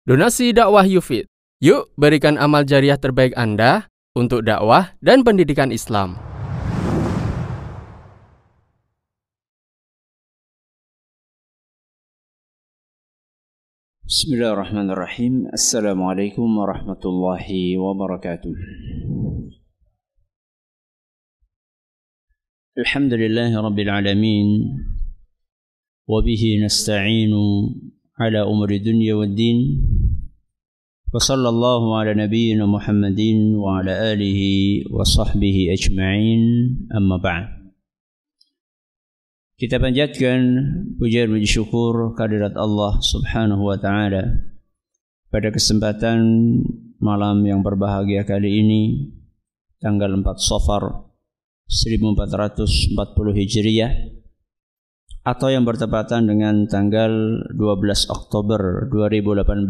Donasi dakwah Yufid. Yuk berikan amal jariah terbaik Anda untuk dakwah dan pendidikan Islam. Bismillahirrahmanirrahim. Assalamualaikum warahmatullahi wabarakatuh. Alhamdulillahi rabbil alamin. Wabihi nasta'inu ala umri dunya waddin. Wa sallallahu ala nabiyyina Muhammadin wa ala alihi wa sahbihi ajma'in. Amma ba'd. Kita panjatkan puja dan syukur kehadirat Allah Subhanahu wa taala pada kesempatan malam yang berbahagia kali ini, tanggal 4 Safar 1440 Hijriah atau yang bertepatan dengan tanggal 12 Oktober 2018.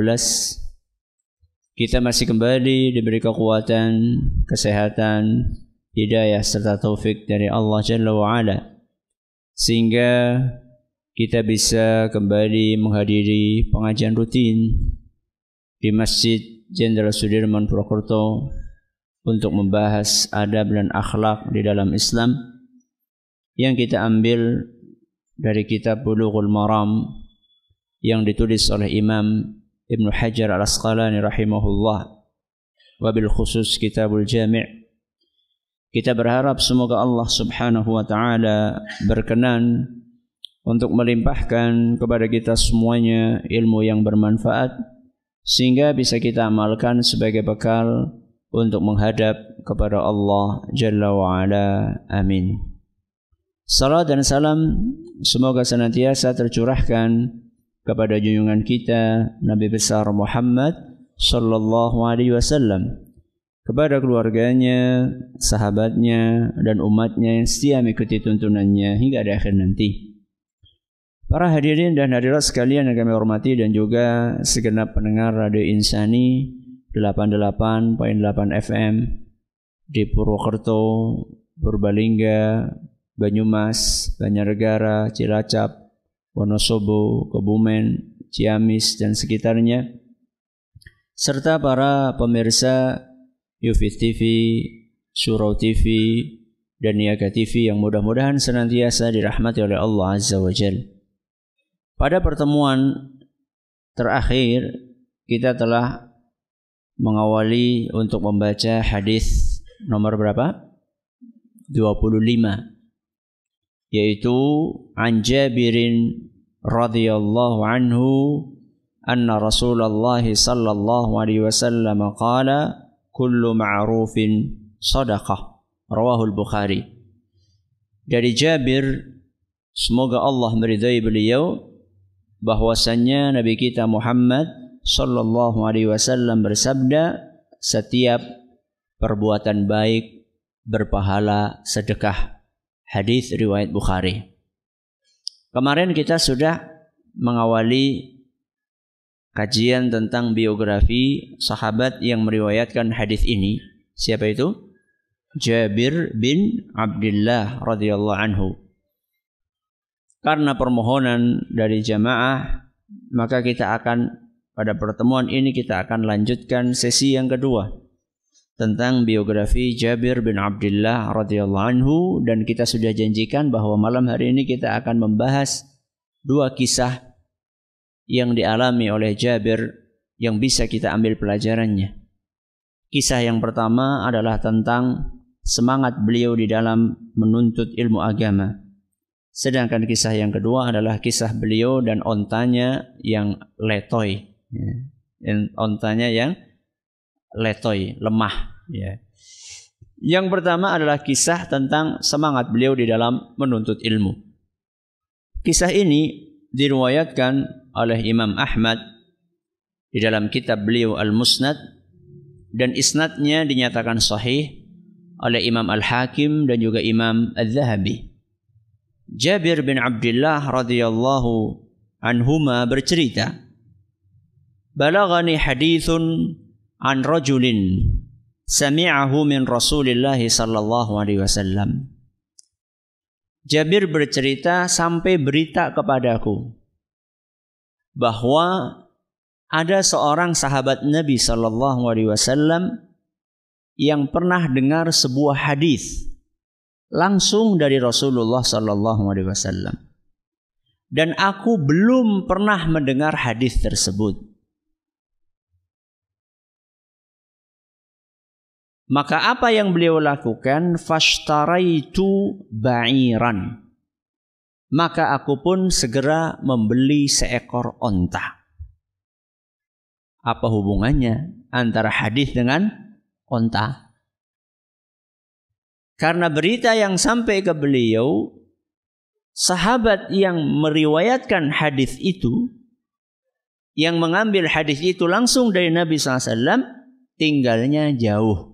Kita masih kembali diberi kekuatan, kesehatan, hidayah serta taufik dari Allah Jalla wa Ala, sehingga kita bisa kembali menghadiri pengajian rutin di Masjid Jenderal Sudirman Purwokerto untuk membahas adab dan akhlak di dalam Islam yang kita ambil dari kitab Bulughul Maram yang ditulis oleh Imam Ibnu Hajar Al-Asqalani rahimahullah, wabil khusus Kitabul Jami'. Kita berharap semoga Allah Subhanahu wa taala berkenan untuk melimpahkan kepada kita semuanya ilmu yang bermanfaat sehingga bisa kita amalkan sebagai bekal untuk menghadap kepada Allah Jalla wa Ala. Amin. Salam dan salam semoga senantiasa tercurahkan kepada junjungan kita Nabi besar Muhammad sallallahu alaihi wasallam, kepada keluarganya, sahabatnya, dan umatnya yang setia mengikuti tuntunannya hingga akhir nanti. Para hadirin dan hadirat sekalian yang kami hormati dan juga segenap pendengar Radio Insani 88.8 FM di Purwokerto, Purbalingga, Banyumas, Banjarnegara, Cilacap, Wonosobo, Kebumen, Ciamis dan sekitarnya, serta para pemirsa Yufid TV, Surau TV, dan Niaga TV yang mudah-mudahan senantiasa dirahmati oleh Allah Azza wa Jalla. Pada pertemuan terakhir kita telah mengawali untuk membaca hadis nomor berapa? 25, yaitu an Jabirin radhiyallahu anhu anna Rasulullah sallallahu alaihi wasallam qala kullu ma'rufin sadaqah, rawahul Bukhari. Dari Jabir, semoga Allah meridai beliau, bahwasannya Nabi kita Muhammad sallallahu alaihi wasallam bersabda, setiap perbuatan baik berpahala sedekah. Hadis riwayat Bukhari. Kemarin kita sudah mengawali kajian tentang biografi sahabat yang meriwayatkan hadis ini. Siapa itu? Jabir bin Abdullah radhiyallahu anhu. Karena permohonan dari jamaah, maka pada pertemuan ini kita akan lanjutkan sesi yang kedua tentang biografi Jabir bin Abdullah radhiyallahu anhu, dan kita sudah janjikan bahwa malam hari ini kita akan membahas dua kisah yang dialami oleh Jabir yang bisa kita ambil pelajarannya. Kisah yang pertama adalah tentang semangat beliau di dalam menuntut ilmu agama. Sedangkan kisah yang kedua adalah kisah beliau dan ontanya yang letoy. Ontanya yang letoy, lemah. Yang pertama adalah kisah tentang semangat beliau di dalam menuntut ilmu. Kisah ini diriwayatkan oleh Imam Ahmad di dalam kitab beliau Al-Musnad, dan isnadnya dinyatakan sahih oleh Imam Al-Hakim dan juga Imam Al-Zahabi. Jabir bin Abdullah radhiyallahu anhuma bercerita, "Balaghani hadithun an rajulin sami'ahu min Rasulillah sallallahu alaihi wasallam." Jabir bercerita, sampai berita kepadaku bahwa ada seorang sahabat Nabi sallallahu alaihi wasallam yang pernah dengar sebuah hadis langsung dari Rasulullah sallallahu alaihi wasallam. Dan aku belum pernah mendengar hadis tersebut. Maka apa yang beliau lakukan? Fashtaraitu ba'iran. Maka aku pun segera membeli seekor onta. Apa hubungannya antara hadis dengan onta? Karena berita yang sampai ke beliau, sahabat yang meriwayatkan hadis itu, yang mengambil hadis itu langsung dari Nabi SAW, tinggalnya jauh.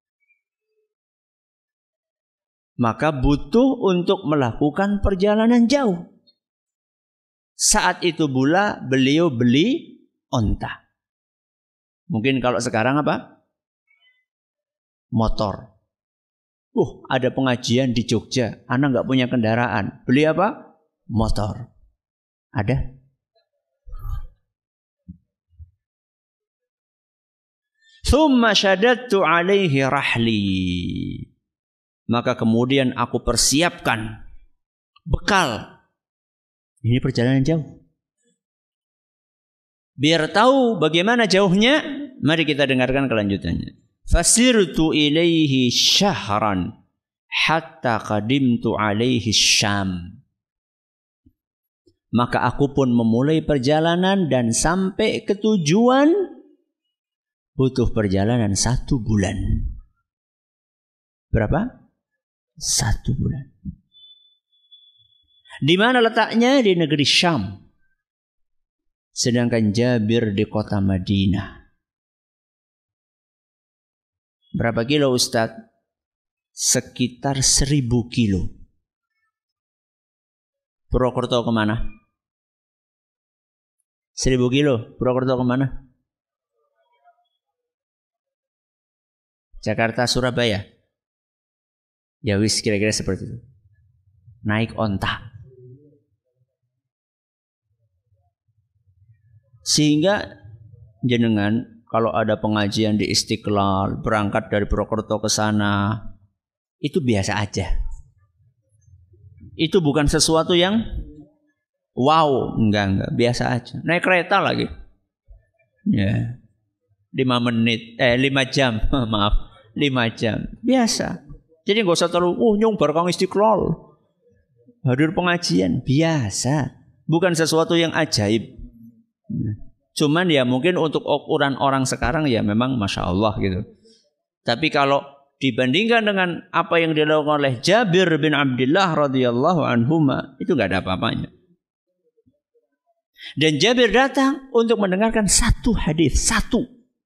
Maka butuh untuk melakukan perjalanan jauh. Saat itu pula beliau beli onta. Mungkin kalau sekarang apa? Motor. Ada pengajian di Jogja. Anak nggak punya kendaraan. Beli apa? Motor. Ada? Thumma syadadtu alaihi rahli. Maka kemudian aku persiapkan bekal. Ini perjalanan jauh. Biar tahu bagaimana jauhnya, mari kita dengarkan kelanjutannya. Fasirtu ilaihi syahran hatta qadimtu alaihi Syam. Maka aku pun memulai perjalanan dan sampai ke tujuan butuh perjalanan 1 bulan. Berapa? 1 bulan. Di mana letaknya? Di negeri Syam. Sedangkan Jabir di kota Madinah. Berapa kilo Ustaz? Sekitar 1000 kilo. Purwokerto kemana? 1000 kilo. Purwokerto kemana? Jakarta, Surabaya. Ya wis, kira-kira seperti itu. Naik onta. Sehingga jenengan kalau ada pengajian di Istiqlal, berangkat dari Purwokerto ke sana, itu biasa aja. Itu bukan sesuatu yang wow, enggak, biasa aja. Naik kereta lagi. Ya. 5 jam, maaf, 5 jam. Biasa. Jadi enggak usah terlalu nyumbar kang Istiqlal. Hadir pengajian biasa, bukan sesuatu yang ajaib. Cuman ya mungkin untuk ukuran orang sekarang ya memang Masya Allah gitu. Tapi kalau dibandingkan dengan apa yang dilakukan oleh Jabir bin Abdullah radhiyallahu anhuma, itu nggak ada apa-apanya. Dan Jabir datang untuk mendengarkan 1 hadis, 1.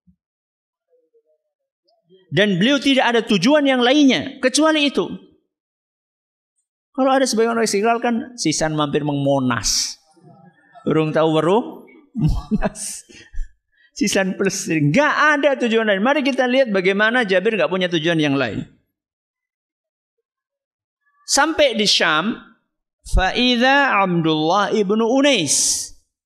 Dan beliau tidak ada tujuan yang lainnya kecuali itu. Kalau ada sebagian orang Istiqlal kan sisan mampir Monas. Urung tahu weruh Monas. Sisan plus. Enggak ada tujuan lain. Mari kita lihat bagaimana Jabir enggak punya tujuan yang lain. Sampai di Syam, fa idza Abdullah ibnu Unais.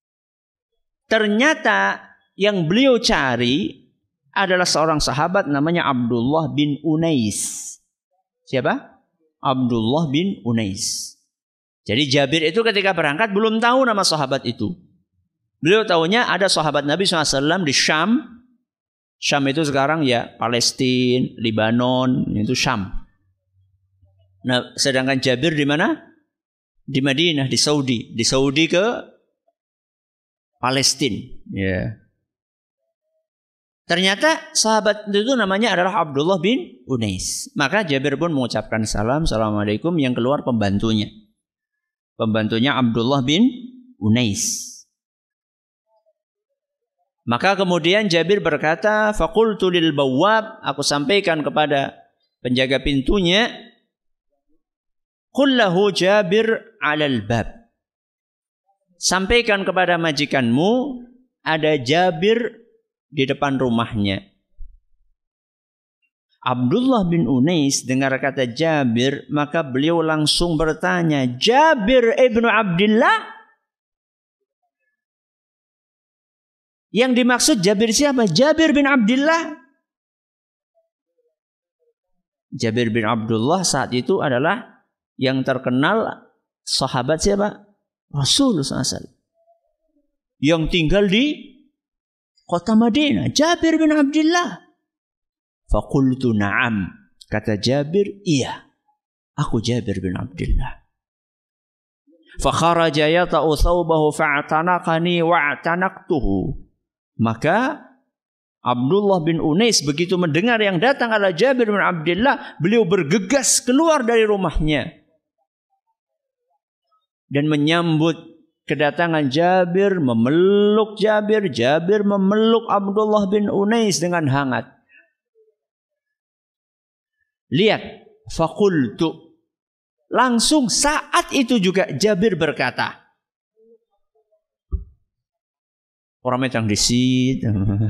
Ternyata yang beliau cari adalah seorang sahabat namanya Abdullah bin Unais. Siapa? Abdullah bin Unais. Jadi Jabir itu ketika berangkat belum tahu nama sahabat itu. Beliau tahunya ada sahabat Nabi SAW di Syam. Syam itu sekarang ya Palestina, Lebanon, itu Syam. Nah, sedangkan Jabir di mana? Di Madinah, di Saudi. Di Saudi ke Palestina. Ya. Ternyata sahabat itu namanya adalah Abdullah bin Unais. Maka Jabir pun mengucapkan salam, assalamualaikum, yang keluar pembantunya. Pembantunya Abdullah bin Unais. Maka kemudian Jabir berkata, faqultu lil bawwab, aku sampaikan kepada penjaga pintunya, qul lahu Jabir 'alal bab. Sampaikan kepada majikanmu ada Jabir di depan rumahnya. Abdullah bin Unais dengar kata Jabir, maka beliau langsung bertanya, Jabir ibnu Abdullah? Yang dimaksud Jabir siapa? Jabir bin Abdullah. Jabir bin Abdullah saat itu adalah yang terkenal sahabat siapa? Rasul SAW. Yang tinggal di kota Madinah. Jabir bin Abdullah. Faqultu na'am. Kata Jabir, iya. Aku Jabir bin Abdullah. Fakharaja yata'u thawbahu fa'atanaqani wa'atanaqtuhu. Maka Abdullah bin Unais begitu mendengar yang datang adalah Jabir bin Abdullah, beliau bergegas keluar dari rumahnya dan menyambut kedatangan Jabir, memeluk Jabir. Jabir memeluk Abdullah bin Unais dengan hangat. Lihat, faqultu. Langsung saat itu juga Jabir berkata, orang metang di sit,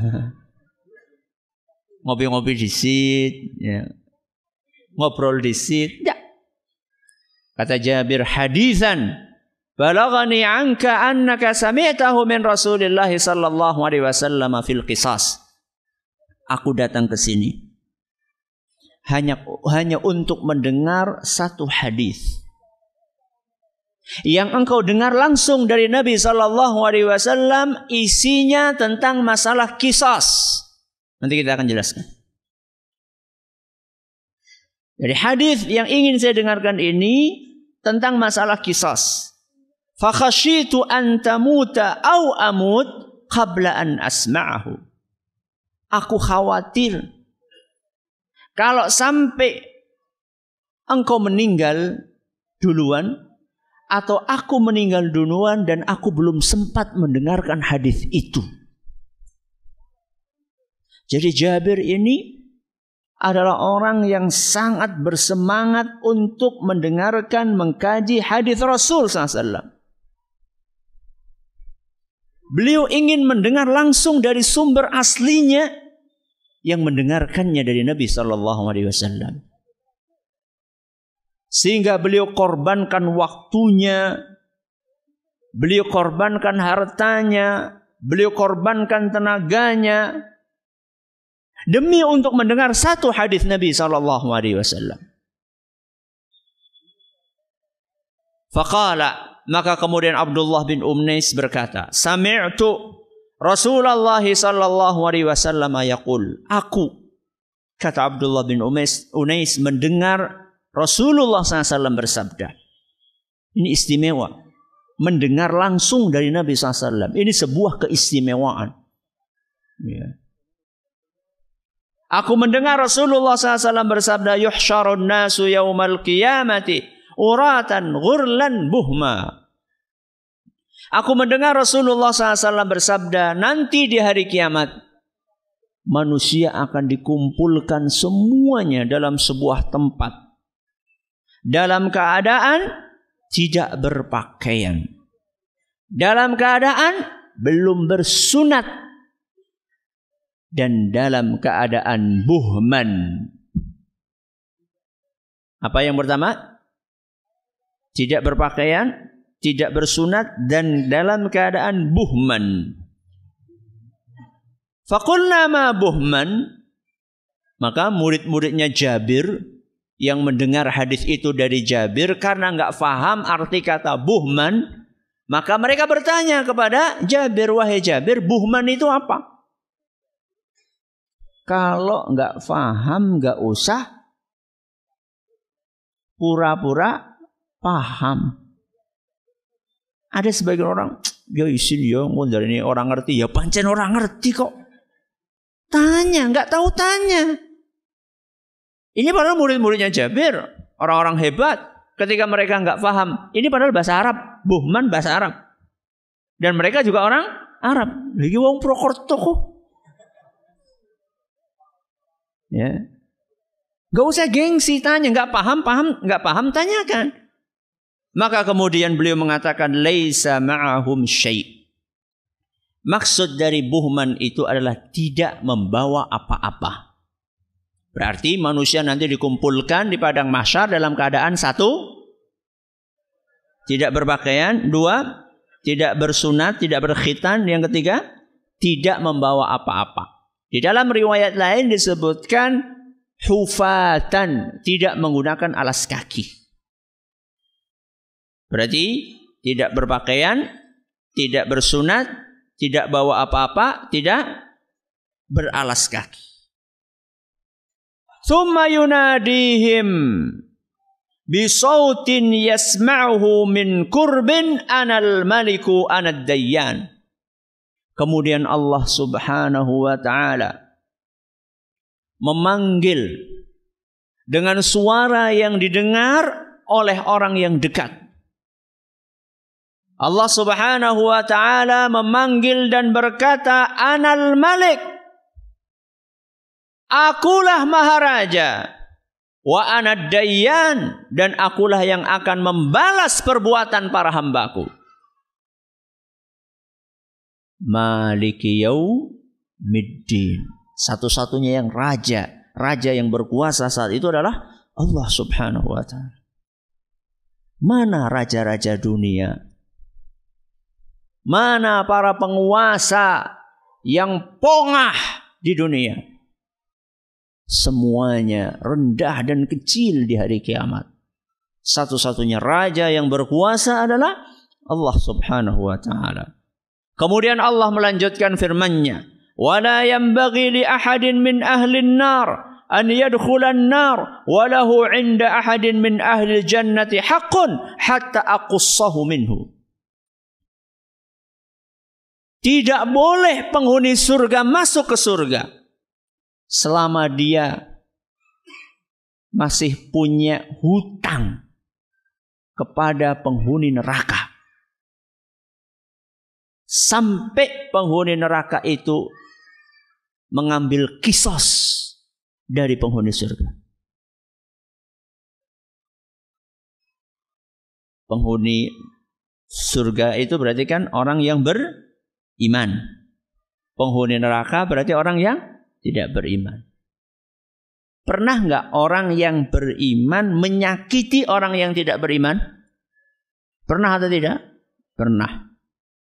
ngopi-ngopi di sit, ya. Ngobrol di sit. Ya. Kata Jabir, hadisan balagani anka annaka sami'tahu min Rasulillah sallallahu alaihi wasallam fil qisas. Aku datang ke sini hanya untuk mendengar satu hadis yang engkau dengar langsung dari Nabi sallallahu alaihi wasallam, isinya tentang masalah qisas. Nanti kita akan jelaskan. Dari hadis yang ingin saya dengarkan ini tentang masalah qisas. Fa khasyitu an tamuta aw amut qabla an asma'ahu. Aku khawatir kalau sampai engkau meninggal duluan atau aku meninggal duluan dan aku belum sempat mendengarkan hadis itu. Jadi Jabir ini adalah orang yang sangat bersemangat untuk mendengarkan, mengkaji hadis Rasul SAW. Beliau ingin mendengar langsung dari sumber aslinya yang mendengarkannya dari Nabi SAW. Sehingga beliau korbankan waktunya, beliau korbankan hartanya, beliau korbankan tenaganya demi untuk mendengar satu hadis Nabi SAW. Faqala, maka kemudian Abdullah bin Unais berkata, sami'tu Rasulullah sallallahu alaihi wasallam yaqul. Aku, kata Abdullah bin Unais mendengar Rasulullah SAW bersabda. Ini istimewa. Mendengar langsung dari Nabi SAW. Ini sebuah keistimewaan. Ya. Aku mendengar Rasulullah SAW bersabda, yuhsyarun nasu yaumal qiyamati uratan ghurlan buhma. Aku mendengar Rasulullah SAW bersabda, nanti di hari kiamat manusia akan dikumpulkan semuanya dalam sebuah tempat dalam keadaan tidak berpakaian, dalam keadaan belum bersunat, dan dalam keadaan buhman. Apa yang pertama? Tidak berpakaian, tidak bersunat, dan dalam keadaan buhman. Faqulna ma buhman. Maka murid-muridnya Jabir yang mendengar hadis itu dari Jabir karena enggak faham arti kata buhman, maka mereka bertanya kepada Jabir, wahai Jabir, buhman itu apa? Kalau enggak faham enggak usah pura-pura paham. Ada sebagian orang, ya isin ya, dari ini orang ngerti, ya pancen orang ngerti kok. Tanya, enggak tahu tanya. Ini padahal murid-muridnya Jabir, orang-orang hebat. Ketika mereka enggak paham, ini padahal bahasa Arab, buhman bahasa Arab. Dan mereka juga orang Arab. Lagi wong Prokerto kok. Ya. Enggak usah gengsi tanya, enggak paham, tanyakan. Maka kemudian beliau mengatakan laisa ma'ahum syai'. Maksud dari buhman itu adalah tidak membawa apa-apa. Berarti manusia nanti dikumpulkan di padang mahsyar dalam keadaan satu, tidak berpakaian, dua, tidak bersunat, tidak berkhitan, yang ketiga, tidak membawa apa-apa. Di dalam riwayat lain disebutkan hufatan, tidak menggunakan alas kaki. Berarti tidak berpakaian, tidak bersunat, tidak bawa apa-apa, tidak beralas kaki. Thumma yunadihim bisautin yasma'uhu min kurbin anal maliku anad dayyan. Kemudian Allah Subhanahu wa ta'ala memanggil dengan suara yang didengar oleh orang yang dekat. Allah Subhanahu wa ta'ala memanggil dan berkata, Anal Malik, akulah Maharaja, wa anad dayyan, dan akulah yang akan membalas perbuatan para hambaku. Maliki yaumiddin, satu-satunya yang raja yang berkuasa saat itu adalah Allah Subhanahu wa ta'ala. Mana raja-raja dunia? Mana para penguasa yang pongah di dunia? Semuanya rendah dan kecil di hari kiamat. Satu-satunya raja yang berkuasa adalah Allah Subhanahu wa ta'ala. Kemudian Allah melanjutkan firman-Nya, "Wala yanbaghi li ahadin min ahlin nar an yadkhulan nar wa lahu 'inda ahadin min ahli jannati haqqun hatta aqussahu minhu." Tidak boleh penghuni surga masuk ke surga selama dia masih punya hutang kepada penghuni neraka. Sampai penghuni neraka itu mengambil kisos dari penghuni surga. Penghuni surga itu berarti kan orang yang beriman. Penghuni neraka berarti orang yang tidak beriman. Pernah nggak orang yang beriman menyakiti orang yang tidak beriman? Pernah atau tidak? Pernah.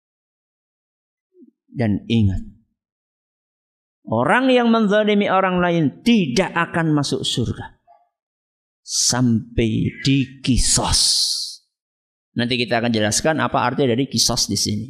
Dan ingat, orang yang menzalimi orang lain tidak akan masuk surga sampai dikisos. Nanti kita akan jelaskan apa arti dari kisos di sini.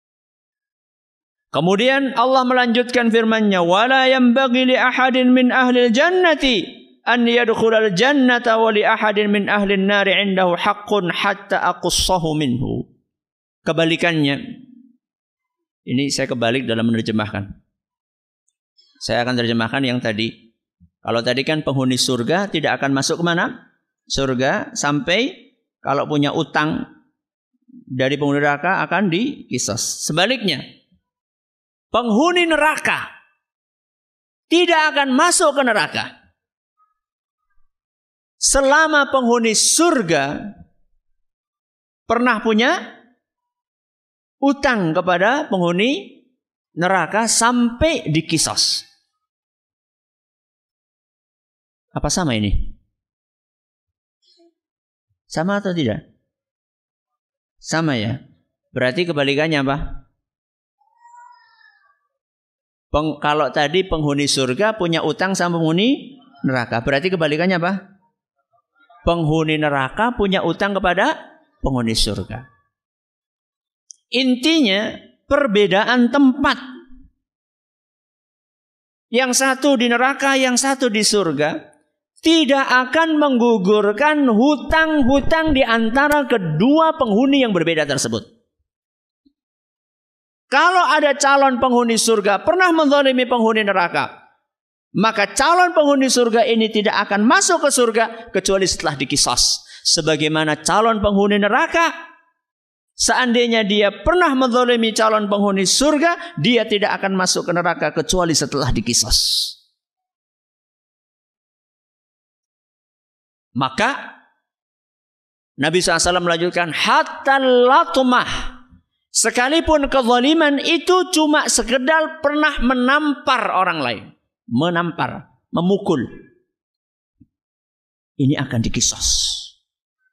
Kemudian Allah melanjutkan firman-Nya, "Wala yanbaghi li ahadin min ahli jannati an yadkhulal jannata wa li ahadin min ahli an-nari 'indahu haqqun hatta aqussahu minhu." Kebalikannya. Ini saya kebalik dalam menerjemahkan. Saya akan terjemahkan yang tadi. Kalau tadi kan penghuni surga tidak akan masuk ke mana? Surga sampai kalau punya utang dari penghuni neraka akan dikisos. Sebaliknya, penghuni neraka tidak akan masuk ke neraka selama penghuni surga pernah punya utang kepada penghuni neraka sampai dikisos. Apa sama ini? Sama atau tidak? Sama ya. Berarti kebalikannya apa? Kalau tadi penghuni surga punya utang sama penghuni neraka, berarti kebalikannya apa? Penghuni neraka punya utang kepada penghuni surga. Intinya perbedaan tempat. Yang satu di neraka, yang satu di surga, tidak akan menggugurkan hutang-hutang di antara kedua penghuni yang berbeda tersebut. Kalau ada calon penghuni surga pernah menzalimi penghuni neraka, maka calon penghuni surga ini tidak akan masuk ke surga kecuali setelah dikisos. Sebagaimana calon penghuni neraka, seandainya dia pernah menzalimi calon penghuni surga, dia tidak akan masuk ke neraka kecuali setelah dikisos. Maka Nabi SAW melanjutkan, hatta latumah, sekalipun kezaliman itu cuma sekedar pernah menampar orang lain, menampar, memukul, ini akan dikisos.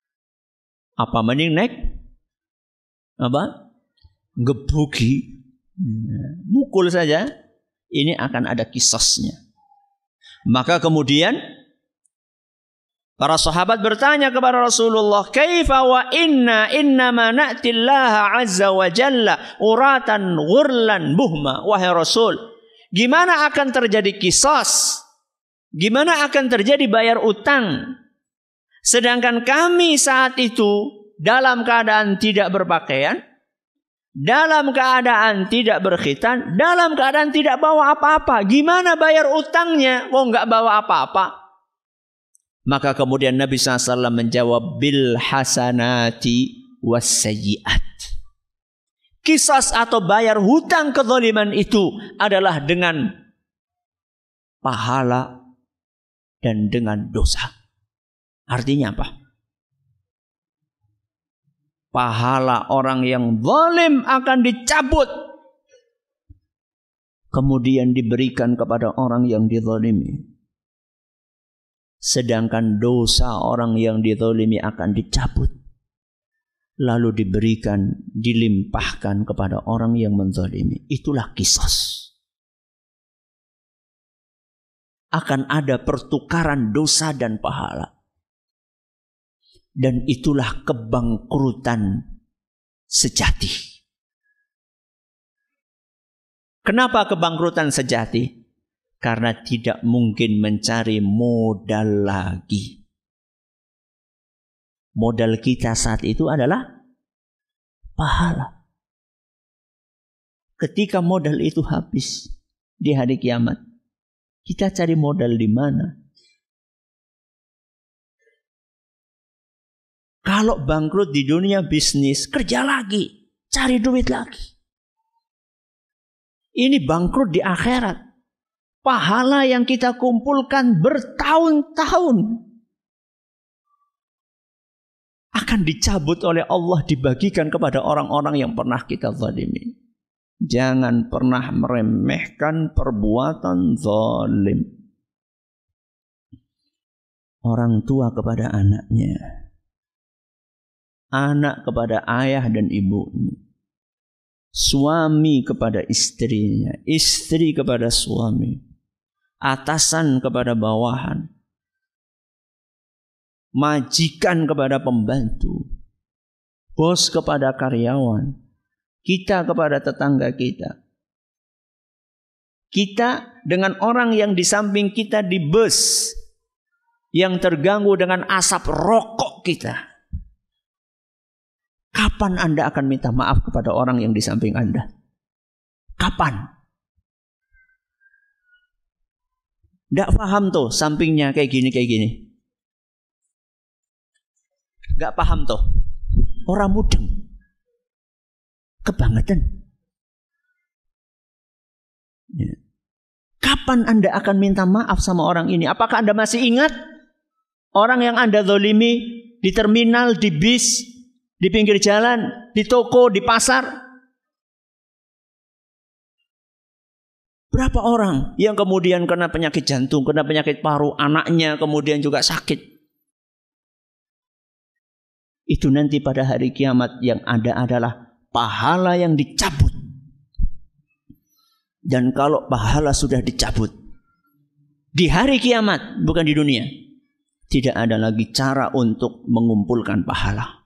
Apa mending naik? Apa? Gebuki Mukul saja, ini akan ada kisosnya. Maka kemudian para sahabat bertanya kepada Rasulullah, "Kaifa wa innama na'tillaha azza wa jalla uratan ghurlan buhma." Wahai Rasul, gimana akan terjadi kisos? Gimana akan terjadi bayar utang? Sedangkan kami saat itu dalam keadaan tidak berpakaian, dalam keadaan tidak berkhitan, dalam keadaan tidak bawa apa-apa. Gimana bayar utangnya? Nggak bawa apa-apa. Maka kemudian Nabi SAW menjawab, bil hasanati was sayyiat. Kisas atau bayar hutang kezaliman itu adalah dengan pahala dan dengan dosa. Artinya apa? Pahala orang yang zalim akan dicabut, kemudian diberikan kepada orang yang dizalimi. Sedangkan dosa orang yang dizalimi akan dicabut, lalu diberikan, dilimpahkan kepada orang yang menzalimi. Itulah kisas. Akan ada pertukaran dosa dan pahala. Dan itulah kebangkrutan sejati. Kenapa kebangkrutan sejati? Karena tidak mungkin mencari modal lagi. Modal kita saat itu adalah pahala. Ketika modal itu habis di hari kiamat, kita cari modal di mana? Kalau bangkrut di dunia bisnis, kerja lagi, cari duit lagi. Ini bangkrut di akhirat. Pahala yang kita kumpulkan bertahun-tahun akan dicabut oleh Allah, dibagikan kepada orang-orang yang pernah kita zalimi. Jangan pernah meremehkan perbuatan zalim. Orang tua kepada anaknya, anak kepada ayah dan ibunya, suami kepada istrinya, istri kepada suami, atasan kepada bawahan, majikan kepada pembantu, bos kepada karyawan, kita kepada tetangga kita, kita dengan orang yang di samping kita di bus yang terganggu dengan asap rokok kita. Kapan Anda akan minta maaf kepada orang yang di samping Anda? Kapan? Tidak paham tuh sampingnya kayak gini. Gak paham tuh. Orang mudeng. Kebangetan. Ya. Kapan Anda akan minta maaf sama orang ini? Apakah Anda masih ingat orang yang Anda zalimi di terminal, di bis, di pinggir jalan, di toko, di pasar? Berapa orang yang kemudian kena penyakit jantung, kena penyakit paru, anaknya kemudian juga sakit? Itu nanti pada hari kiamat yang ada adalah pahala yang dicabut. Dan kalau pahala sudah dicabut di hari kiamat, bukan di dunia, tidak ada lagi cara untuk mengumpulkan pahala.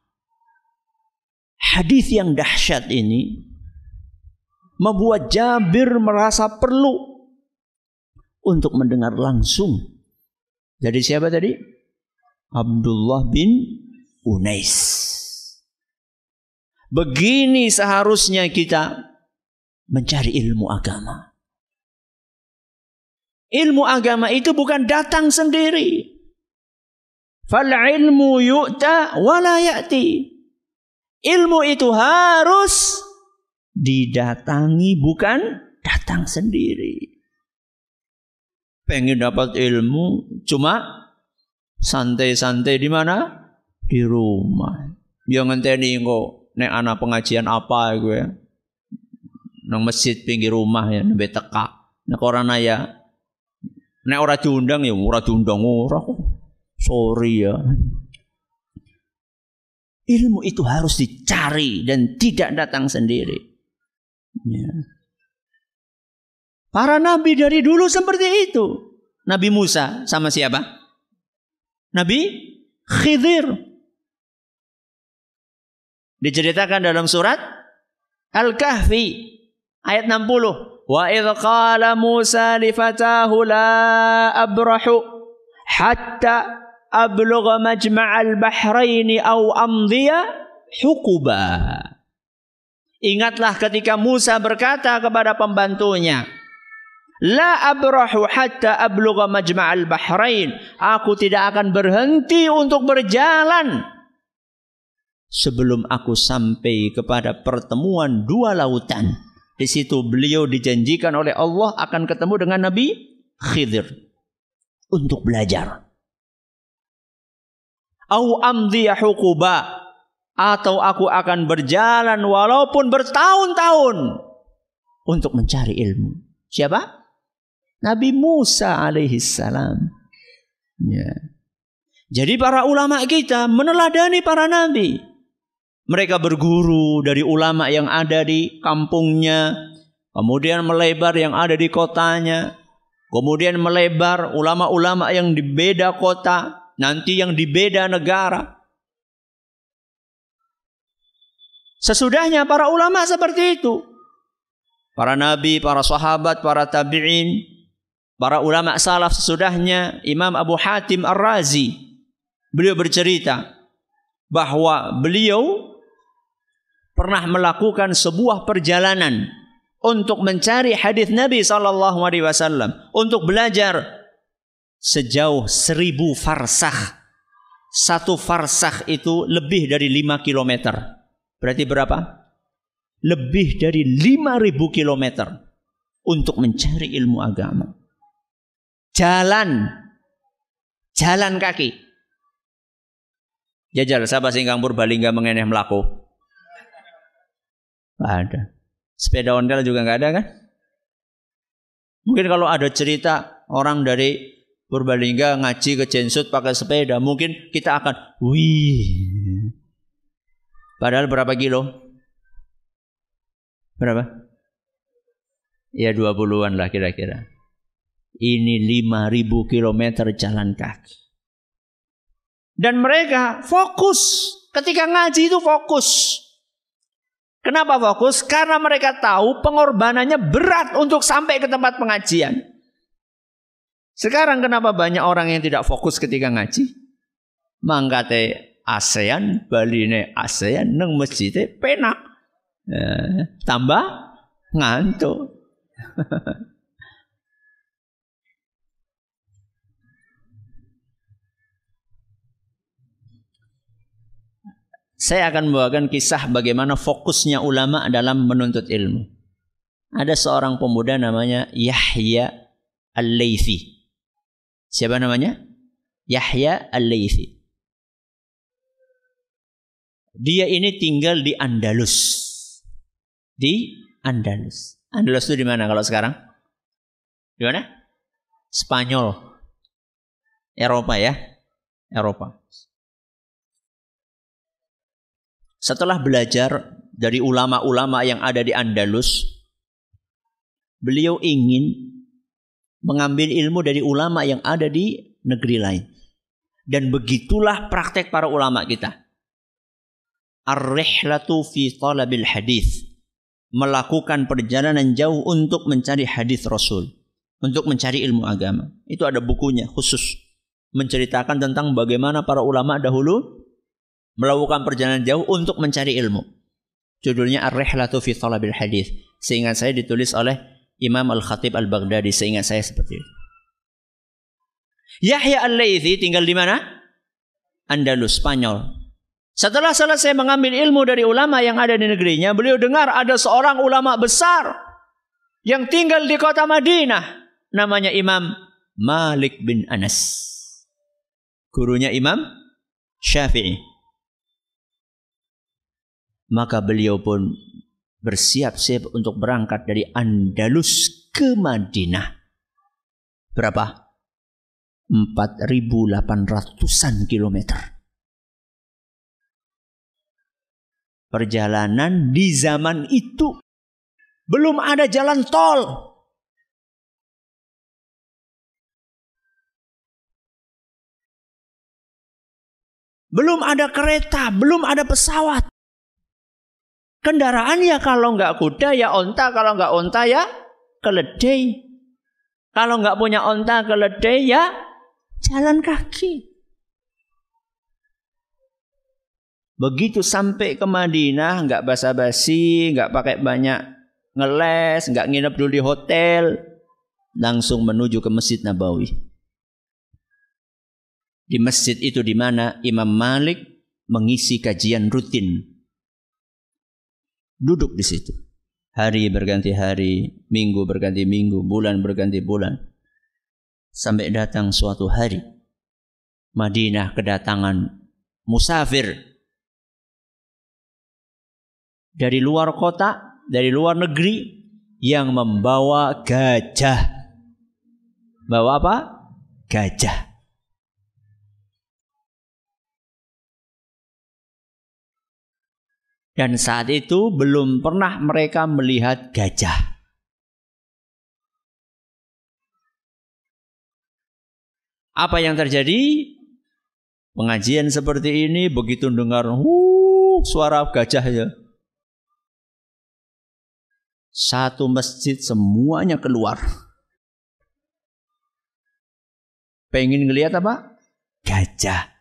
Hadis yang dahsyat ini membuat Jabir merasa perlu untuk mendengar langsung dari siapa tadi? Abdullah bin Unais. Begini seharusnya kita mencari ilmu agama. Ilmu agama itu bukan datang sendiri. Fal ilmu yu'ta wa la ya'ti. Ilmu itu harus didatangi, bukan datang sendiri. Pengen dapat ilmu cuma santai-santai di mana? Di rumah. Yang ngenteni kok nek ana pengajian apa gue. Nang masjid pinggir rumah ya nembe teka. Nek ora naya. Nek ora diundang ya ora diundang ora kok. Sorry ya. Ilmu itu harus dicari dan tidak datang sendiri. Ya. Para nabi dari dulu seperti itu. Nabi Musa sama siapa? Nabi Khidir. Diceritakan dalam surat Al-Kahfi ayat 60. Wa idh qala Musa li fatahu la abrahu hatta ablugha majma'al bahraini aw amdhiya huquba. Ingatlah ketika Musa berkata kepada pembantunya, la abrahu hatta ablugha majma'al bahrain. Aku tidak akan berhenti untuk berjalan sebelum aku sampai kepada pertemuan dua lautan. Di situ beliau dijanjikan oleh Allah akan ketemu dengan Nabi Khidir untuk belajar. Au amdhiya huquba, atau aku akan berjalan walaupun bertahun-tahun untuk mencari ilmu. Siapa? Nabi Musa alaihi salam. Ya. Jadi para ulama kita meneladani para nabi. Mereka berguru dari ulama yang ada di kampungnya, kemudian melebar yang ada di kotanya, kemudian melebar ulama-ulama yang di beda kota, nanti yang di beda negara. Sesudahnya para ulama seperti itu. Para nabi, para sahabat, para tabi'in, para ulama salaf sesudahnya. Imam Abu Hatim Ar-Razi, beliau bercerita bahwa beliau pernah melakukan sebuah perjalanan untuk mencari hadis Nabi SAW, untuk belajar sejauh 1000 farsakh. Satu farsakh itu lebih dari 5 kilometer. Berarti berapa? Lebih dari 5.000 kilometer untuk mencari ilmu agama. Jalan kaki. Jajal sahabat singkang Purbalingga mengeneh melaku. Nggak ada. Sepeda ontel juga nggak ada kan? Mungkin kalau ada cerita orang dari Purbalingga ngaji ke Jensut pakai sepeda, mungkin kita akan, wih. Padahal berapa kilo? Berapa? Ya 20-an lah kira-kira. Ini 5.000 kilometer jalan kaki. Dan mereka fokus. Ketika ngaji itu fokus. Kenapa fokus? Karena mereka tahu pengorbanannya berat untuk sampai ke tempat pengajian. Sekarang kenapa banyak orang yang tidak fokus ketika ngaji? Mangkate ASEAN, baline ASEAN, neng masjidnya penak. Tambah ngantuk. Saya akan membawakan kisah bagaimana fokusnya ulama dalam menuntut ilmu. Ada seorang pemuda namanya Yahya Al-Laythi. Siapa namanya? Yahya Al-Laythi. Dia ini tinggal di Andalus. Di Andalus. Andalus itu di mana kalau sekarang? Di mana? Spanyol. Eropa ya. Eropa. Setelah belajar dari ulama-ulama yang ada di Andalus, beliau ingin mengambil ilmu dari ulama yang ada di negeri lain. Dan begitulah praktek para ulama kita. Ar-rihlatu fi talabil hadis. Melakukan perjalanan jauh untuk mencari hadis Rasul. Untuk mencari ilmu agama. Itu ada bukunya khusus. Menceritakan tentang bagaimana para ulama dahulu melakukan perjalanan jauh untuk mencari ilmu. Judulnya Ar-Rihlatu fi Thalabil Hadis. Seingat saya ditulis oleh Imam Al-Khatib Al-Baghdadi. Seingat saya seperti itu. Yahya Al-Laythi tinggal di mana? Andalus, Spanyol. Setelah selesai mengambil ilmu dari ulama yang ada di negerinya, beliau dengar ada seorang ulama besar yang tinggal di kota Madinah. Namanya Imam Malik bin Anas. Gurunya Imam Syafi'i. Maka beliau pun bersiap-siap untuk berangkat dari Andalus ke Madinah. Berapa? 4.800-an kilometer. Perjalanan di zaman itu belum ada jalan tol. Belum ada kereta, belum ada pesawat. Kendaraan ya kalau nggak kuda ya onta, kalau nggak onta ya keledai. Kalau nggak punya onta keledai ya jalan kaki. Begitu sampai ke Madinah, nggak basa-basi, nggak pakai banyak ngeles, nggak nginep dulu di hotel, langsung menuju ke Masjid Nabawi. Di masjid itu di mana Imam Malik mengisi kajian rutin. Duduk di situ. Hari berganti hari, minggu berganti minggu, bulan berganti bulan. Sampai datang suatu hari, Madinah kedatangan musafir dari luar kota, dari luar negeri yang membawa gajah. Bawa apa? Gajah. Dan saat itu belum pernah mereka melihat gajah. Apa yang terjadi? Pengajian seperti ini begitu dengar suara gajah ya. Satu masjid semuanya keluar. Pengen ngelihat apa? Gajah.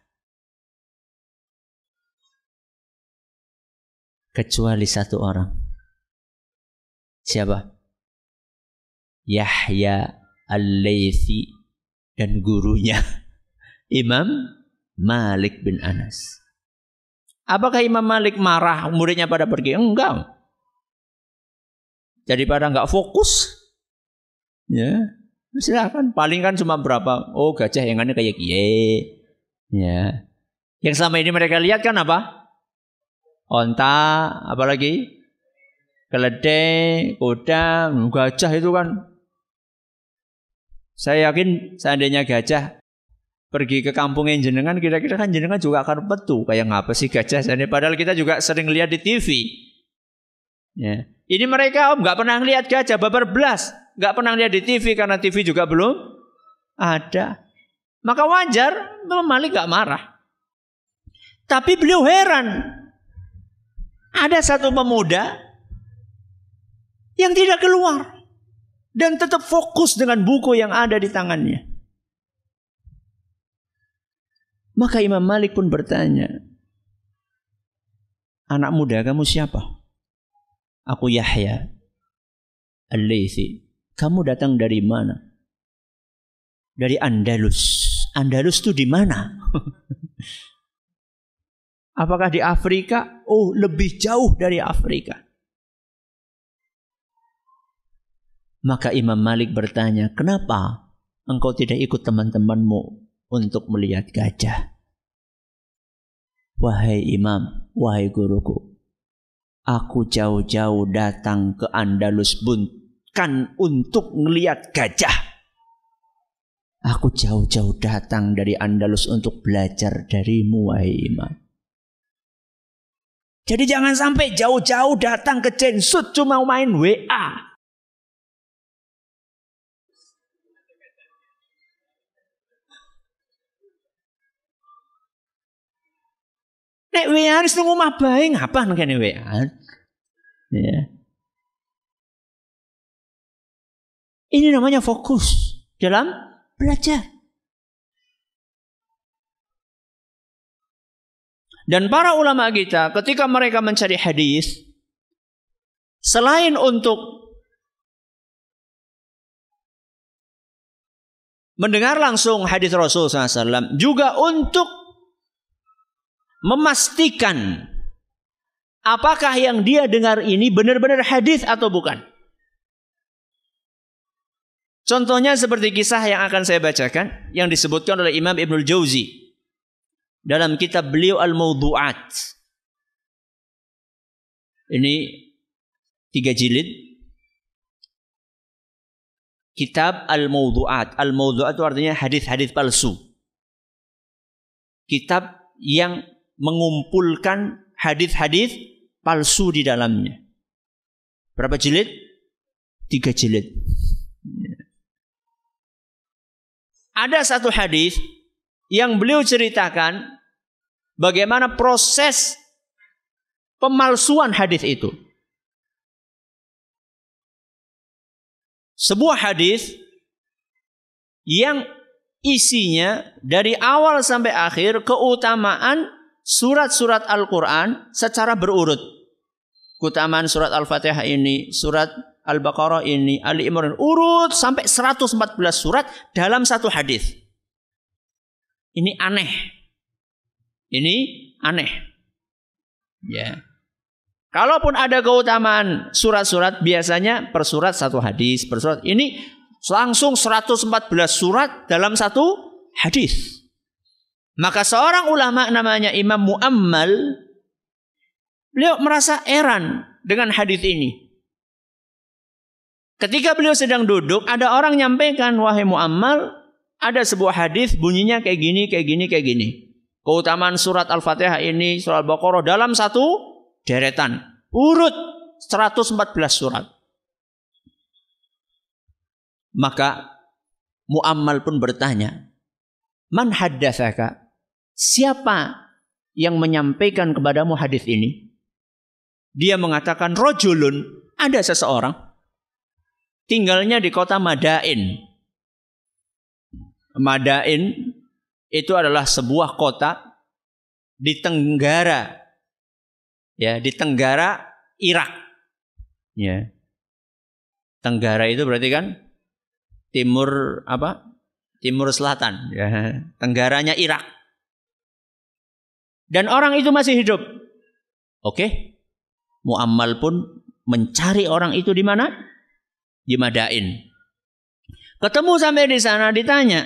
Kecuali satu orang. Siapa? Yahya Al-Laythi dan gurunya Imam Malik bin Anas. Apakah Imam Malik marah muridnya pada pergi? Enggak. Daripada enggak fokus, ya silakan. Paling kan cuma berapa? Oh gajah yang aneh kayak kie. Ya. Yang selama ini mereka lihat kan apa? Onta, apalagi keledai, kuda, gajah itu kan. Saya yakin seandainya gajah pergi ke kampung jenengan, kira-kira kan jenengan juga akan petu. Kayak ngapa sih gajah? Padahal kita juga sering lihat di TV. Ya. Ini mereka nggak pernah lihat gajah, babar belas. Nggak pernah lihat di TV karena TV juga belum ada. Maka wajar Imam Malik nggak marah. Tapi beliau heran. Ada satu pemuda yang tidak keluar dan tetap fokus dengan buku yang ada di tangannya. Maka Imam Malik pun bertanya, anak muda kamu siapa? Aku Yahya Al-Laythi. Kamu datang dari mana? Dari Andalus. Andalus itu di mana? Apakah di Afrika? Oh, lebih jauh dari Afrika. Maka Imam Malik bertanya, kenapa engkau tidak ikut teman-temanmu untuk melihat gajah? Wahai Imam, wahai guruku, aku jauh-jauh datang ke Andalus bukan untuk melihat gajah. Aku jauh-jauh datang dari Andalus untuk belajar darimu, wahai Imam. Jadi jangan sampai jauh-jauh datang ke Jensut cuma main WA. Nek WA harus nunggu omah bae ngapa ngene WA? Ya. Ini namanya fokus dalam belajar. Dan para ulama kita ketika mereka mencari hadis, selain untuk mendengar langsung hadis Rasul SAW, juga untuk memastikan apakah yang dia dengar ini benar-benar hadis atau bukan. Contohnya seperti kisah yang akan saya bacakan yang disebutkan oleh Imam Ibnul Jauzi dalam kitab beliau Al-Mawdu'at. Ini 3 jilid. Kitab Al-Mawdu'at. Al-Mawdu'at itu artinya hadis-hadis palsu. Kitab yang mengumpulkan hadis-hadis palsu di dalamnya. Berapa jilid? 3 jilid. Ada satu hadis yang beliau ceritakan bagaimana proses pemalsuan hadis itu. Sebuah hadis yang isinya dari awal sampai akhir keutamaan surat-surat Al-Quran secara berurut. Keutamaan surat Al-Fatihah ini, surat Al-Baqarah ini, Ali Imran, urut sampai 114 surat dalam satu hadis. Ini aneh. Ini aneh. Ya. Kalaupun ada keutamaan surat-surat, biasanya per surat satu hadis, per surat. Ini langsung 114 surat dalam satu hadis. Maka seorang ulama namanya Imam Mu'ammal, beliau merasa heran dengan hadis ini. Ketika beliau sedang duduk, ada orang nyampaikan, wahai Mu'ammal, ada sebuah hadis bunyinya kayak gini, kayak gini, kayak gini. Keutamaan surat Al-Fatihah ini, surat Al-Baqarah dalam satu deretan. Urut 114 surat. Maka Mu'ammal pun bertanya, man haddatsaka? Siapa yang menyampaikan kepadamu hadis ini? Dia mengatakan, rajulun, ada seseorang tinggalnya di kota Madain. Madain itu adalah sebuah kota di tenggara, ya, di tenggara Irak. Ya. Tenggara itu berarti kan timur apa? Timur selatan, ya. Tenggaranya Irak. Dan orang itu masih hidup. Oke. Mu'ammal pun mencari orang itu di mana? Di Madain. Ketemu sampai di sana, ditanya,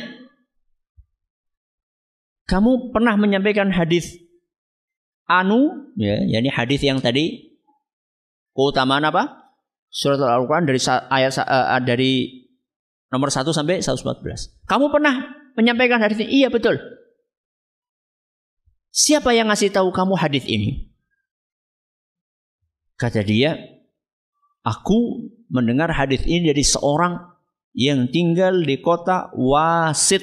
kamu pernah menyampaikan hadis anu, ya, yakni hadis yang tadi keutamaan apa? Surat Al-Quran dari ayat dari nomor 1 sampai 114. Kamu pernah menyampaikan hadis ini? Iya, betul. Siapa yang ngasih tahu kamu hadis ini? Kata dia, aku mendengar hadis ini dari seorang yang tinggal di kota Wasit.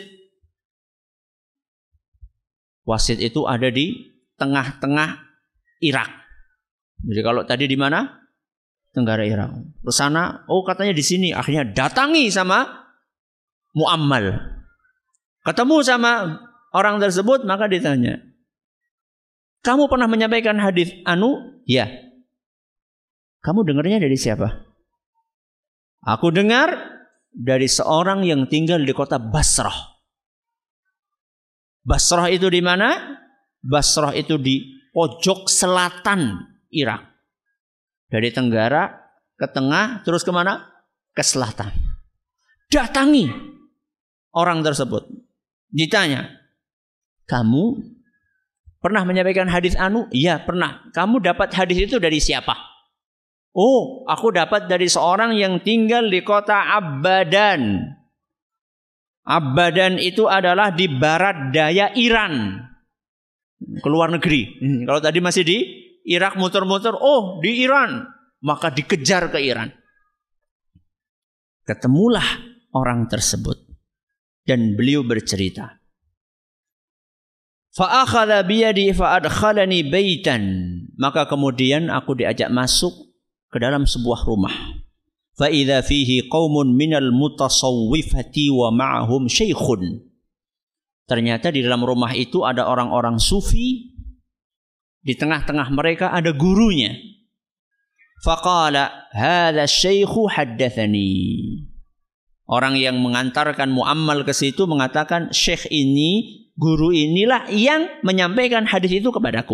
Wasit itu ada di tengah-tengah Irak. Jadi kalau tadi di mana? Tenggara Irak. Ke sana, oh katanya di sini. Akhirnya datangi sama Mu'ammal. Ketemu sama orang tersebut, maka ditanya, kamu pernah menyampaikan hadis anu? Ya. Kamu dengarnya dari siapa? Aku dengar dari seorang yang tinggal di kota Basrah. Basrah itu di mana? Basrah itu di pojok selatan Irak. Dari tenggara ke tengah, terus kemana? Ke selatan. Datangi orang tersebut. Ditanya, kamu pernah menyampaikan hadis anu? Iya, pernah. Kamu dapat hadis itu dari siapa? Oh, aku dapat dari seorang yang tinggal di kota Abadan. Abadan itu adalah di barat daya Iran. Keluar negeri. Kalau tadi masih di Irak muter-muter, oh di Iran. Maka dikejar ke Iran. Ketemulah orang tersebut. Dan beliau bercerita. Fa'akhadha biyadi fa'adkhalani baitan. Maka kemudian aku diajak masuk ke dalam sebuah rumah. Fa'idha fihi qawmun minal mutasawwifati wa ma'ahum syekhun. Ternyata di dalam rumah itu ada orang-orang sufi. Di tengah-tengah mereka ada gurunya. Faqala hadha syekhu haddathani. Orang yang mengantarkan Mu'ammal ke situ mengatakan, syekh ini, guru inilah yang menyampaikan hadis itu kepadaku.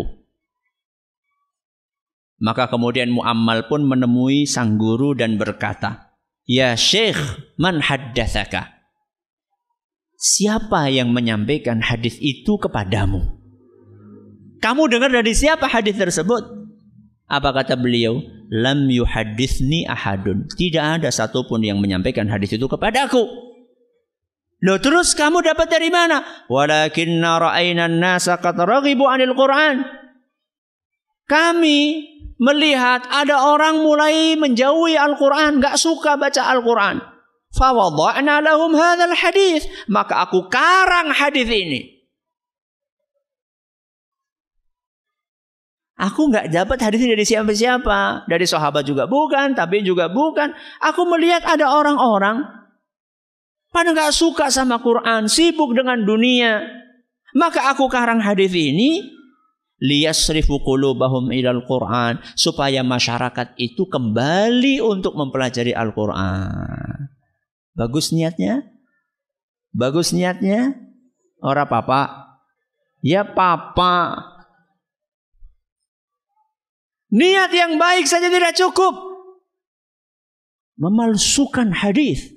Maka kemudian Mu'ammal pun menemui sang guru dan berkata, ya syekh, man haddatsaka? Siapa yang menyampaikan hadis itu kepadamu? Kamu dengar dari siapa hadis tersebut? Apa kata beliau? Lam yuhadditsni ahadun. Tidak ada satupun yang menyampaikan hadis itu kepadaku. Loh, terus kamu dapat dari mana? Walakinna ra'ayna an-nasa qad raghibu 'anil Qur'an. Kami melihat ada orang mulai menjauhi Al-Quran, gak suka baca Al-Quran. Fawadha'na lahum hadzal hadis. Maka aku karang hadis ini. Aku nggak dapat hadis ini dari siapa-siapa. Dari sahabat juga bukan, tapi juga bukan. Aku melihat ada orang-orang pada nggak suka sama Quran, sibuk dengan dunia. Maka aku karang hadis ini liyasrifu qulubahum ilal Quran, supaya masyarakat itu kembali untuk mempelajari Al-Quran. Bagus niatnya? Bagus niatnya? Ora papa? Ya papa. Niat yang baik saja tidak cukup. Memalsukan hadis.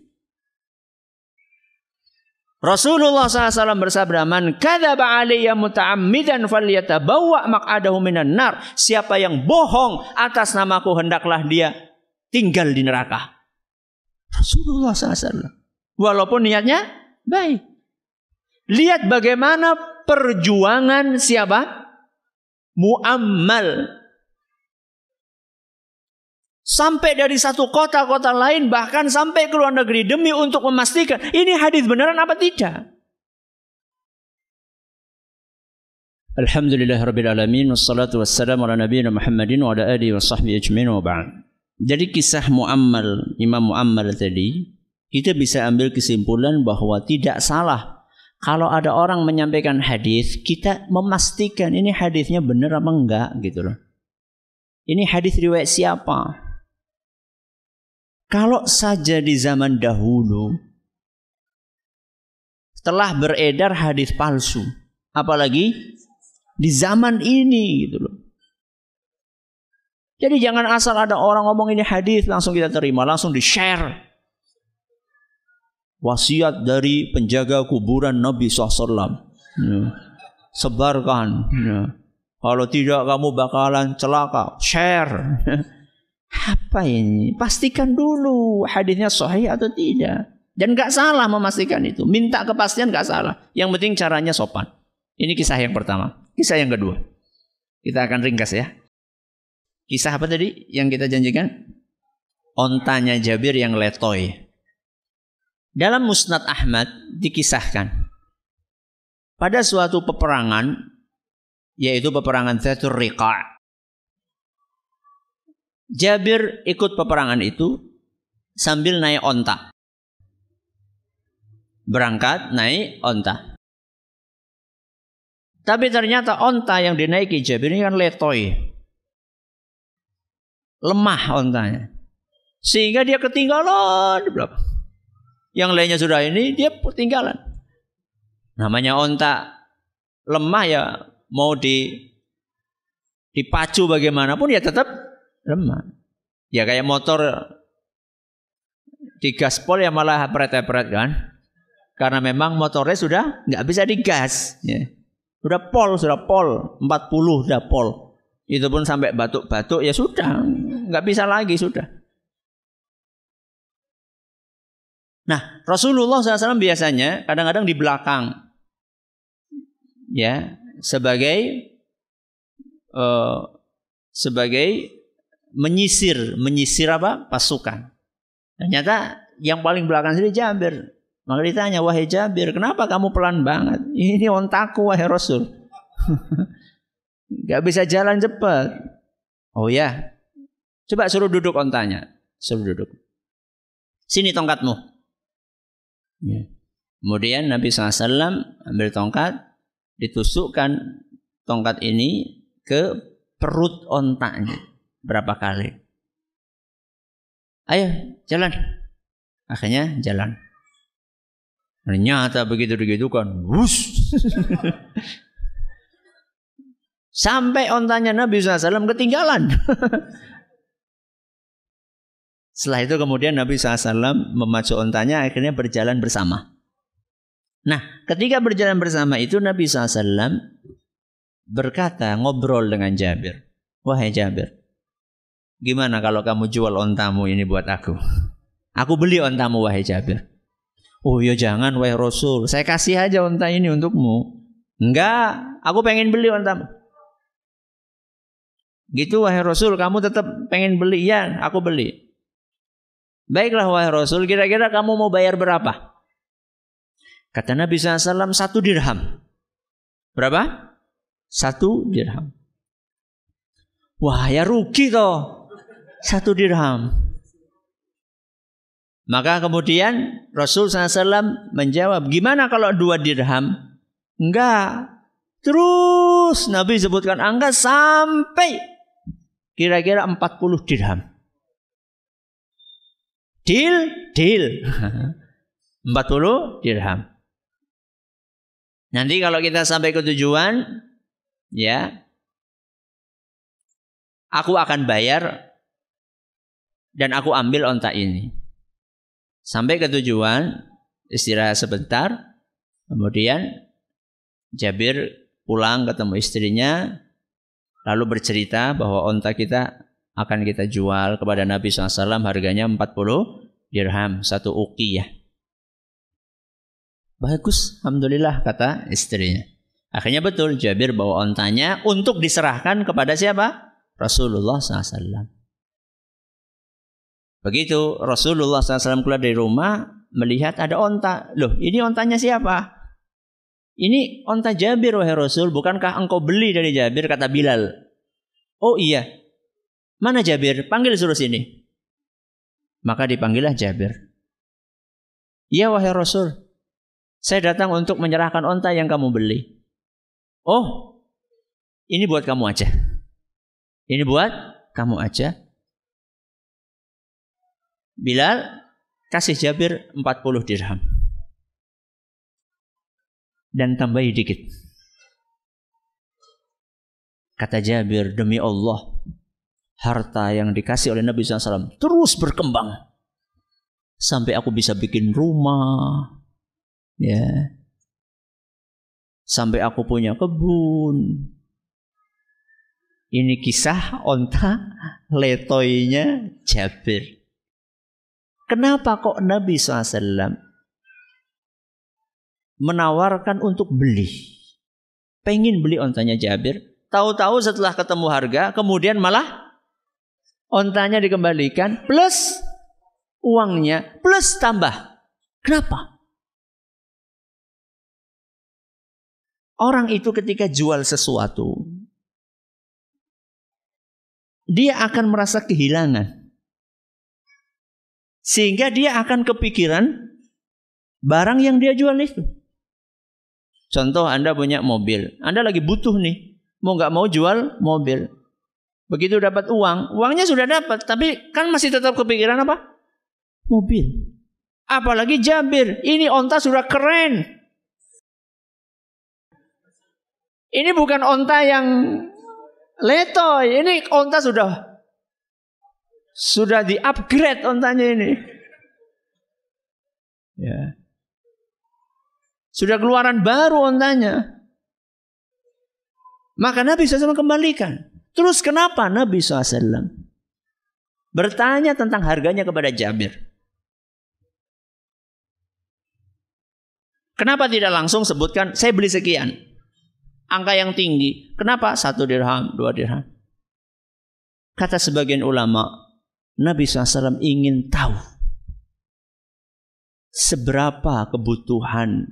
Rasulullah SAW bersabda, "Man kadzaba alayya muta'ammidan falyatabawwa maq'adahu minan nar." Siapa yang bohong atas namaku, hendaklah dia tinggal di neraka. Rasulullah SAW. Walaupun niatnya baik. Lihat bagaimana perjuangan siapa? Mu'ammal. Sampai dari satu kota-kota lain, bahkan sampai ke luar negeri demi untuk memastikan ini hadis beneran apa tidak. Alhamdulillahirabbil alamin, wassalatu wassalamu ala nabiyina Muhammadin wa ala alihi wa sahbihi ajmain wa ba'd. Jadi kisah Mu'ammal, Imam Mu'ammal tadi, kita bisa ambil kesimpulan bahwa tidak salah kalau ada orang menyampaikan hadis, kita memastikan ini hadisnya benar apa enggak gitu loh. Ini hadis riwayat siapa? Kalau saja di zaman dahulu telah beredar hadis palsu, apalagi di zaman ini gitu loh. Jadi jangan asal ada orang ngomong ini hadis langsung kita terima, langsung di-share. Wasiat dari penjaga kuburan Nabi SAW. Ya. Sebarkan. Ya. Kalau tidak kamu bakalan celaka. Share. Apa ini? Pastikan dulu hadisnya sahih atau tidak. Dan gak salah memastikan itu. Minta kepastian gak salah. Yang penting caranya sopan. Ini kisah yang pertama. Kisah yang kedua. Kita akan ringkas ya. Kisah apa tadi yang kita janjikan? Ontanya Jabir yang letoy. Dalam Musnad Ahmad dikisahkan. Pada suatu peperangan, yaitu peperangan Dzatur Riqa'. Jabir ikut peperangan itu sambil naik onta. Berangkat naik onta. Tapi ternyata onta yang dinaiki Jabir ini kan letoy. Lemah ontanya. Sehingga dia ketinggalan di belakang. Yang lainnya sudah ini, dia ketinggalan. Namanya onta lemah ya, mau dipacu bagaimanapun ya tetap lemah. Ya kayak motor digaspol ya malah pret-pret kan. Karena memang motornya sudah nggak bisa digas. Ya. Sudah pol 40 sudah pol. Itu pun sampai batuk-batuk ya sudah, nggak bisa lagi sudah. Nah, Rasulullah SAW biasanya kadang-kadang di belakang, ya, sebagai menyisir apa? Pasukan. Ternyata yang paling belakang sini Jabir. Maka ditanya, wahai Jabir, kenapa kamu pelan banget? Ini ontaku wahai Rasul. Gak bisa jalan cepat. Oh ya, coba suruh duduk ontanya. Suruh duduk. Sini tongkatmu. Ya. Kemudian Nabi SAW ambil tongkat, ditusukkan tongkat ini ke perut ontanya. Berapa kali? Ayo jalan. Akhirnya jalan. Ternyata begitu kan, wush. Sampai ontanya Nabi SAW ketinggalan. Setelah itu kemudian Nabi SAW memacu ontanya, akhirnya berjalan bersama. Nah, ketika berjalan bersama itu Nabi SAW berkata, ngobrol dengan Jabir. Wahai Jabir, gimana kalau kamu jual ontamu ini buat aku? Aku beli ontamu wahai Jabir. Oh ya jangan wahai Rasul, saya kasih aja onta ini untukmu. Enggak, aku pengen beli ontamu. Gitu wahai Rasul, kamu tetap pengen beli? Ya, aku beli. Baiklah wahai Rasul, kira-kira kamu mau bayar berapa? Kata Nabi SAW, 1 dirham. Berapa? 1 dirham. Wah, ya rugi toh. 1 dirham. Maka kemudian Rasul SAW menjawab, gimana kalau 2 dirham? Enggak. Terus Nabi sebutkan angka sampai kira-kira 40 dirham. Deal. 40 dirham. Nanti kalau kita sampai ke tujuan, ya, aku akan bayar dan aku ambil onta ini. Sampai ke tujuan, istirahat sebentar, kemudian Jabir pulang ketemu istrinya, lalu bercerita bahwa onta kita akan kita jual kepada Nabi SAW, harganya 40 dirham, 1 uqiyah. Bagus, alhamdulillah, kata istrinya. Akhirnya betul, Jabir bawa ontanya untuk diserahkan kepada siapa? Rasulullah SAW. Begitu Rasulullah SAW keluar dari rumah, melihat ada onta. Loh, ini ontanya siapa? Ini onta Jabir, wahai Rasul. Bukankah engkau beli dari Jabir? Kata Bilal. Oh iya. Mana Jabir? Panggil, suruh sini. Maka dipanggillah Jabir. Ya, wahai Rasul, saya datang untuk menyerahkan onta yang kamu beli. Oh, ini buat kamu aja. Ini buat kamu aja. Bilal kasih Jabir 40 dirham. Dan tambahi dikit. Kata Jabir, demi Allah, harta yang dikasih oleh Nabi SAW terus berkembang. Sampai aku bisa bikin rumah. Ya. Sampai aku punya kebun. Ini kisah onta letoinya Jabir. Kenapa kok Nabi SAW menawarkan untuk beli? Pengen beli ontanya Jabir. Tahu-tahu setelah ketemu harga, kemudian malah ontanya dikembalikan plus uangnya plus tambah. Kenapa? Orang itu ketika jual sesuatu, dia akan merasa kehilangan. Sehingga dia akan kepikiran barang yang dia jual itu. Contoh, Anda punya mobil. Anda lagi butuh nih. Mau gak mau jual mobil. Begitu dapat uang. Uangnya sudah dapat. Tapi kan masih tetap kepikiran apa? Mobil. Apalagi Jabir. Ini onta sudah keren. Ini bukan onta yang letoy. Ini onta sudah di-upgrade ontanya ini. Ya. Sudah keluaran baru ontanya. Maka Nabi SAW kembalikan. Terus kenapa Nabi SAW bertanya tentang harganya kepada Jabir? Kenapa tidak langsung sebutkan, saya beli sekian? Angka yang tinggi. Kenapa? 1 dirham, 2 dirham. Kata sebagian ulama, Nabi SAW ingin tahu seberapa kebutuhan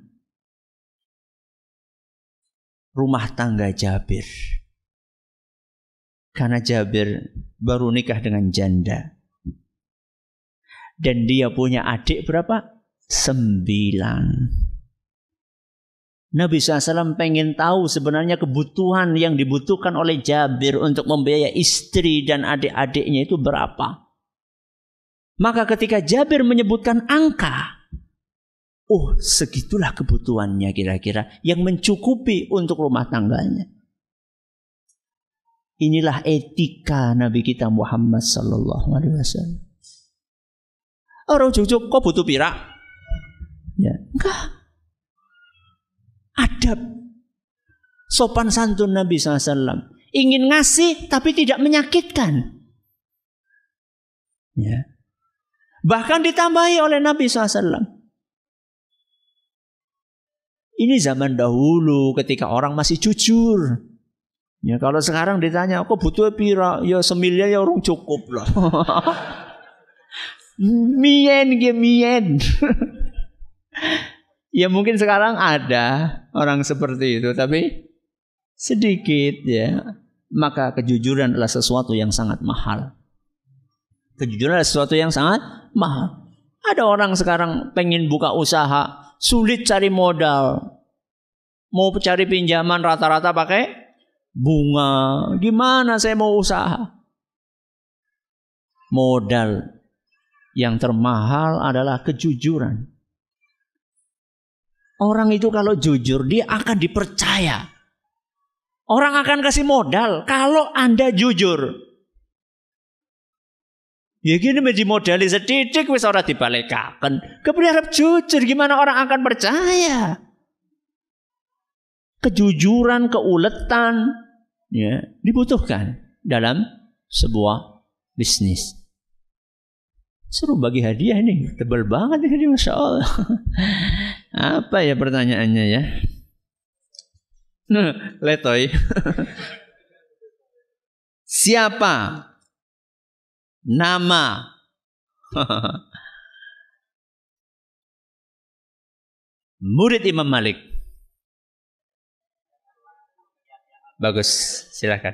rumah tangga Jabir. Karena Jabir baru nikah dengan janda. Dan dia punya adik berapa? 9. Nabi SAW pengen tahu sebenarnya kebutuhan yang dibutuhkan oleh Jabir untuk membiayai istri dan adik-adiknya itu berapa. Maka ketika Jabir menyebutkan angka, oh segitulah kebutuhannya kira-kira yang mencukupi untuk rumah tangganya. Inilah etika Nabi kita Muhammad sallallahu alaihi wasallam. Orang cucuk kok butuh pirak? Ya, enggak. Adab sopan santun Nabi SAW. Ingin ngasih tapi tidak menyakitkan. Ya. Bahkan ditambahi oleh Nabi SAW. Ini zaman dahulu ketika orang masih jujur. Ya, kalau sekarang ditanya, kok butuh pira? Ya semiliar ya orang cukup lah. Mien. Ya mungkin sekarang ada orang seperti itu, tapi sedikit ya. maka kejujuran adalah sesuatu yang sangat mahal. Kejujuran adalah sesuatu yang sangat mahal. Ada orang sekarang pengen buka usaha, sulit cari modal. Mau cari pinjaman rata-rata pakai bunga. Gimana saya mau usaha? Modal yang termahal adalah kejujuran. Orang itu kalau jujur, dia akan dipercaya. Orang akan kasih modal kalau Anda jujur. Ya gini menjadi modali sedidik wis ora dibalekaken. Kepriarep jujur gimana orang akan percaya? Kejujuran, keuletan ya dibutuhkan dalam sebuah bisnis. Seru bagi hadiah ini, tebal banget ini, Masya Allah. Apa ya pertanyaannya ya? Letoy. Siapa nama murid Imam Malik? Bagus, silakan.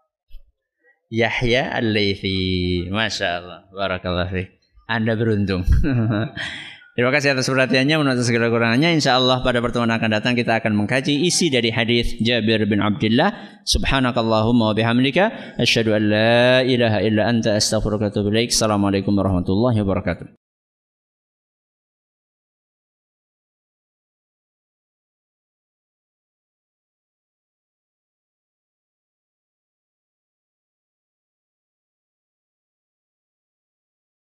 Yahya Al-Laythi. Masya Allah, barakallah fiik. Anda beruntung. Terima kasih atas perhatiannya. Menurut segala kurangannya, insyaallah pada pertemuan akan datang kita akan mengkaji isi dari hadis Jabir bin Abdullah. Subhanakallahumma wa bihamdika asyhadu an la ilaha illa anta astaghfiruka wa atubu ilaik. Assalamualaikum warahmatullahi wabarakatuh.